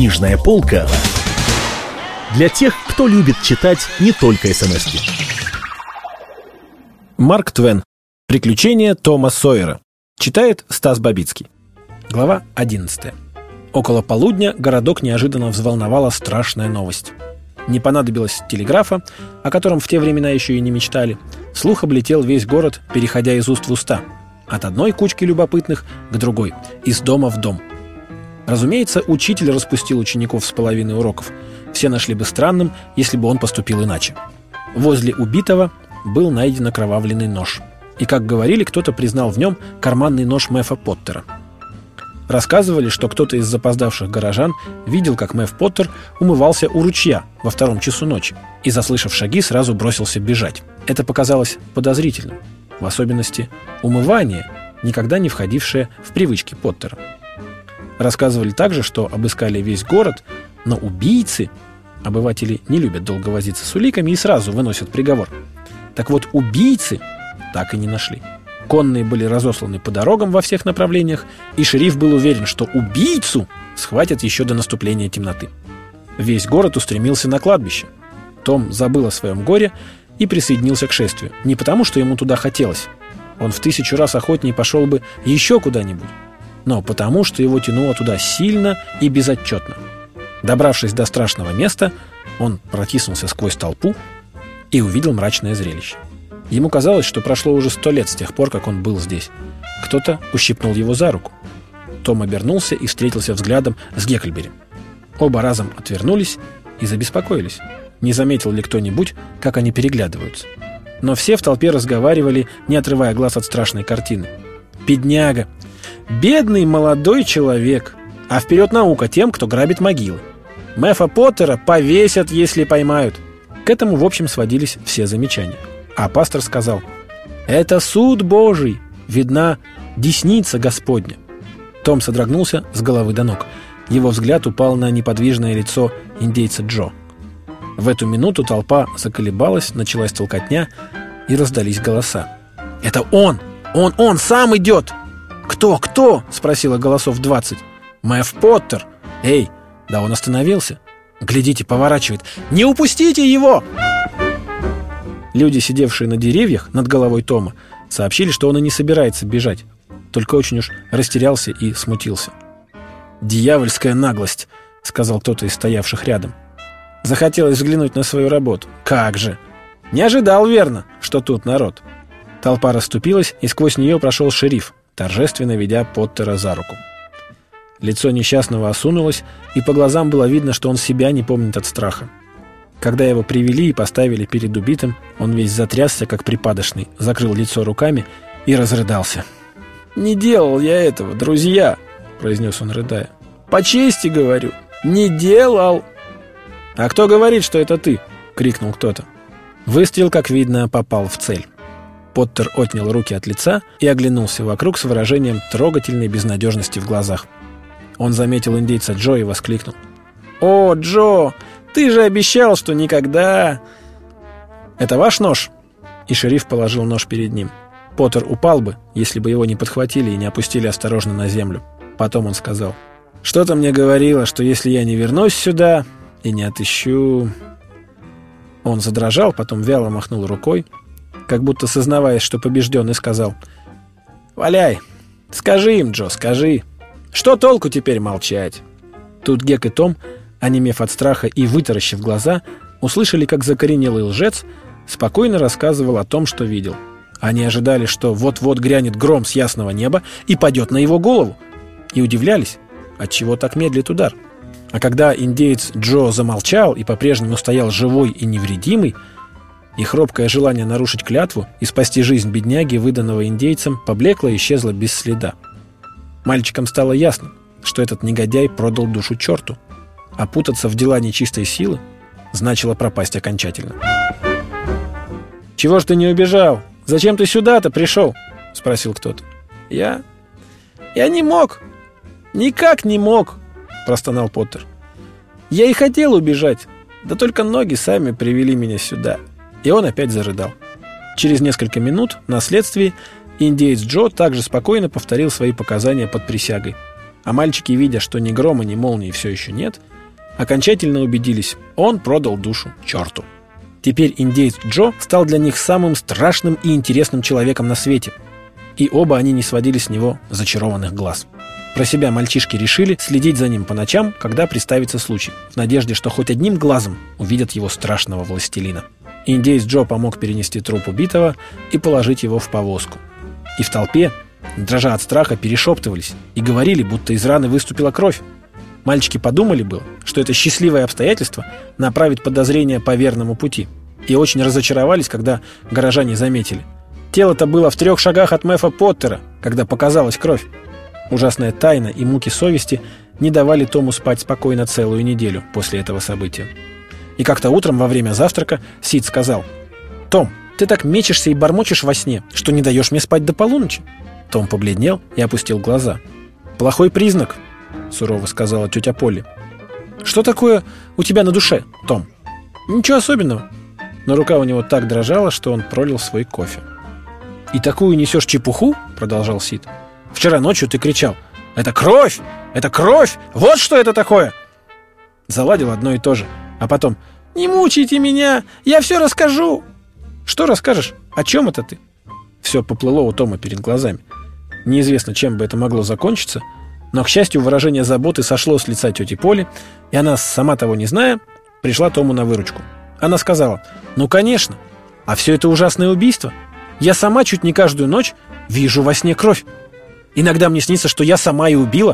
Книжная полка для тех, кто любит читать не только смс-ки. Марк Твен. Приключения Тома Сойера. Читает Стас Бабицкий. Глава 11. Около полудня городок неожиданно взволновала страшная новость. Не понадобилось телеграфа, о котором в те времена еще и не мечтали. Слух облетел весь город, переходя из уст в уста. От одной кучки любопытных к другой, из дома в дом. Разумеется, учитель распустил учеников с половины уроков. Все нашли бы странным, если бы он поступил иначе. Возле убитого был найден окровавленный нож. И, как говорили, кто-то признал в нем карманный нож Мэфа Поттера. Рассказывали, что кто-то из запоздавших горожан видел, как Мэф Поттер умывался у ручья во 2 часу ночи и, заслышав шаги, сразу бросился бежать. Это показалось подозрительным, в особенности умывание, никогда не входившее в привычки Поттера. Рассказывали также, что обыскали весь город, но убийцы, обыватели не любят долго возиться с уликами и сразу выносят приговор. Так вот, убийцы так и не нашли. Конные были разосланы по дорогам во всех направлениях, и шериф был уверен, что убийцу схватят еще до наступления темноты. Весь город устремился на кладбище. Том забыл о своем горе и присоединился к шествию. Не потому, что ему туда хотелось. Он в 1000 раз охотнее пошел бы еще куда-нибудь. Но потому, что его тянуло туда сильно и безотчетно. Добравшись до страшного места, он протиснулся сквозь толпу и увидел мрачное зрелище. Ему казалось, что прошло уже 100 лет с тех пор, как он был здесь. Кто-то ущипнул его за руку. Том обернулся и встретился взглядом с Гекльберри. Оба разом отвернулись и забеспокоились. Не заметил ли кто-нибудь, как они переглядываются. Но все в толпе разговаривали, не отрывая глаз от страшной картины. «Бедняга! Бедный молодой человек! А вперед наука тем, кто грабит могилы! Мэфа Поттера повесят, если поймают!» К этому, в общем, сводились все замечания. А пастор сказал: «Это суд Божий, видна десница Господня». Том содрогнулся с головы до ног. Его взгляд упал на неподвижное лицо индейца Джо. В эту минуту толпа заколебалась, началась толкотня, и раздались голоса. «Это он! Он сам идет!» «Кто?» — спросило голосов 20. «Мэф Поттер!» «Эй, да он остановился! Глядите, поворачивает! Не упустите его!» Люди, сидевшие на деревьях над головой Тома, сообщили, что он и не собирается бежать, только очень уж растерялся и смутился. «Дьявольская наглость», — сказал кто-то из стоявших рядом. Захотелось взглянуть на свою работу. Как же! Не ожидал, верно, что тут народ. Толпа расступилась, и сквозь нее прошел шериф, торжественно ведя Поттера за руку. Лицо несчастного осунулось, и по глазам было видно, что он себя не помнит от страха. Когда его привели и поставили перед убитым, он весь затрясся, как припадочный, закрыл лицо руками и разрыдался. «Не делал я этого, друзья!» — произнес он, рыдая. «По чести говорю, не делал!» «А кто говорит, что это ты?» — крикнул кто-то. Выстрел, как видно, попал в цель. Поттер отнял руки от лица и оглянулся вокруг с выражением трогательной безнадежности в глазах. Он заметил индейца Джо и воскликнул: «О, Джо! Ты же обещал, что никогда...» «Это ваш нож?» И шериф положил нож перед ним. Поттер упал бы, если бы его не подхватили и не опустили осторожно на землю. Потом он сказал: «Что-то мне говорило, что если я не вернусь сюда и не отыщу...» Он задрожал, потом вяло махнул рукой, как будто сознаваясь, что побежден, и сказал: «Валяй! Скажи им, Джо, скажи! Что толку теперь молчать?» Тут Гек и Том, онемев от страха и вытаращив глаза, услышали, как закоренелый лжец спокойно рассказывал о том, что видел. Они ожидали, что вот-вот грянет гром с ясного неба и падет на его голову, и удивлялись, отчего так медлит удар. А когда индеец Джо замолчал и по-прежнему стоял живой и невредимый, их робкое желание нарушить клятву и спасти жизнь бедняги, выданного индейцам, поблекло и исчезло без следа. Мальчикам стало ясно, что этот негодяй продал душу черту, а путаться в дела нечистой силы значило пропасть окончательно. «Чего ж ты не убежал? Зачем ты сюда-то пришел?» — спросил кто-то. «Я не мог. Никак не мог», — простонал Поттер. «Я и хотел убежать, да только ноги сами привели меня сюда». И он опять зарыдал. Через несколько минут на следствии индеец Джо также спокойно повторил свои показания под присягой. А мальчики, видя, что ни грома, ни молнии все еще нет, окончательно убедились, он продал душу черту. Теперь индеец Джо стал для них самым страшным и интересным человеком на свете. И оба они не сводили с него зачарованных глаз. Про себя мальчишки решили следить за ним по ночам, когда представится случай, в надежде, что хоть одним глазом увидят его страшного властелина. Индеец Джо помог перенести труп убитого и положить его в повозку. И в толпе, дрожа от страха, перешептывались и говорили, будто из раны выступила кровь. Мальчики подумали было, что это счастливое обстоятельство направит подозрения по верному пути, и очень разочаровались, когда горожане заметили: тело-то было в 3 шагах от Мэфа Поттера, когда показалась кровь. Ужасная тайна и муки совести не давали Тому спать спокойно целую неделю после этого события. И как-то утром во время завтрака Сид сказал: «Том, ты так мечешься и бормочешь во сне, что не даешь мне спать до полуночи». Том побледнел и опустил глаза. «Плохой признак», — сурово сказала тетя Полли. «Что такое у тебя на душе, Том?» «Ничего особенного». Но рука у него так дрожала, что он пролил свой кофе. «И такую несешь чепуху?» — продолжал Сид. «Вчера ночью ты кричал: «Это кровь! Это кровь! Вот что это такое!» Заладил одно и то же. А потом: «Не мучайте меня! Я все расскажу!» «Что расскажешь? О чем это ты?» Все поплыло у Тома перед глазами. Неизвестно, чем бы это могло закончиться, но, к счастью, выражение заботы сошло с лица тети Поли, и она, сама того не зная, пришла Тому на выручку. Она сказала: «Ну, конечно! А все это ужасное убийство! Я сама чуть не каждую ночь вижу во сне кровь. Иногда мне снится, что я сама и убила».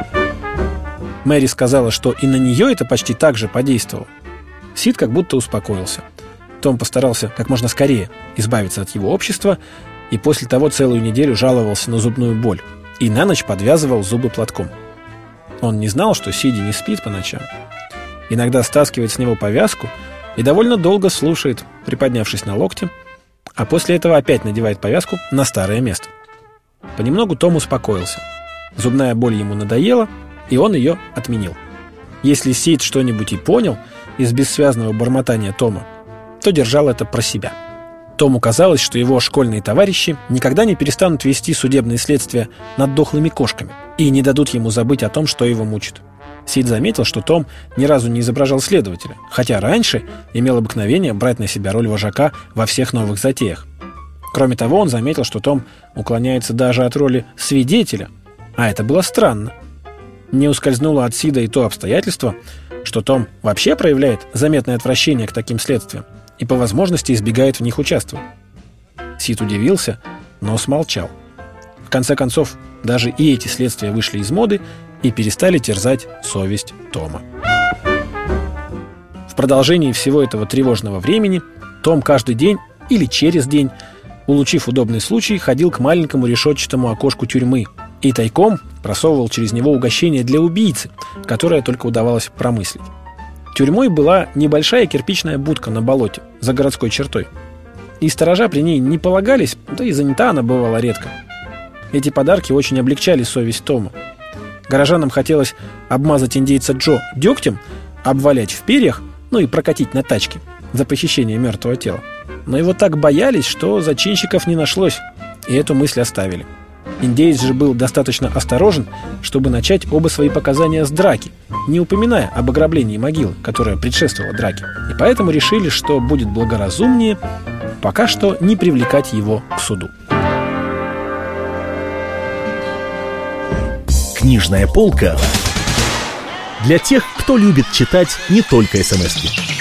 Мэри сказала, что и на нее это почти так же подействовало. Сид как будто успокоился. Том постарался как можно скорее избавиться от его общества, и после того целую неделю жаловался на зубную боль и на ночь подвязывал зубы платком. Он не знал, что Сиди не спит по ночам. Иногда стаскивает с него повязку и довольно долго слушает, приподнявшись на локте, а после этого опять надевает повязку на старое место. Понемногу Том успокоился. Зубная боль ему надоела, и он ее отменил. Если Сид что-нибудь и понял из бессвязного бормотания Тома, то держал это про себя. Тому казалось, что его школьные товарищи никогда не перестанут вести судебные следствия над дохлыми кошками и не дадут ему забыть о том, что его мучит. Сид заметил, что Том ни разу не изображал следователя, хотя раньше имел обыкновение брать на себя роль вожака во всех новых затеях. Кроме того, он заметил, что Том уклоняется даже от роли свидетеля, а это было странно. Не ускользнуло от Сида и то обстоятельство, что Том вообще проявляет заметное отвращение к таким следствиям и по возможности избегает в них участвовать. Сид удивился, но смолчал. В конце концов, даже и эти следствия вышли из моды и перестали терзать совесть Тома. В продолжении всего этого тревожного времени Том каждый день или через день, улучив удобный случай, ходил к маленькому решетчатому окошку тюрьмы и тайком просовывал через него угощение для убийцы, которое только удавалось промыслить. Тюрьмой была небольшая кирпичная будка на болоте, за городской чертой. И сторожа при ней не полагались, да и занята она бывала редко. Эти подарки очень облегчали совесть Тома. Горожанам хотелось обмазать индейца Джо дегтем, обвалять в перьях, ну и прокатить на тачке за похищение мертвого тела. Но его так боялись, что зачинщиков не нашлось, и эту мысль оставили. Индеец же был достаточно осторожен, чтобы начать оба свои показания с драки, не упоминая об ограблении могилы, которая предшествовала драке. И поэтому решили, что будет благоразумнее пока что не привлекать его к суду. Книжная полка для тех, кто любит читать не только смс-ки.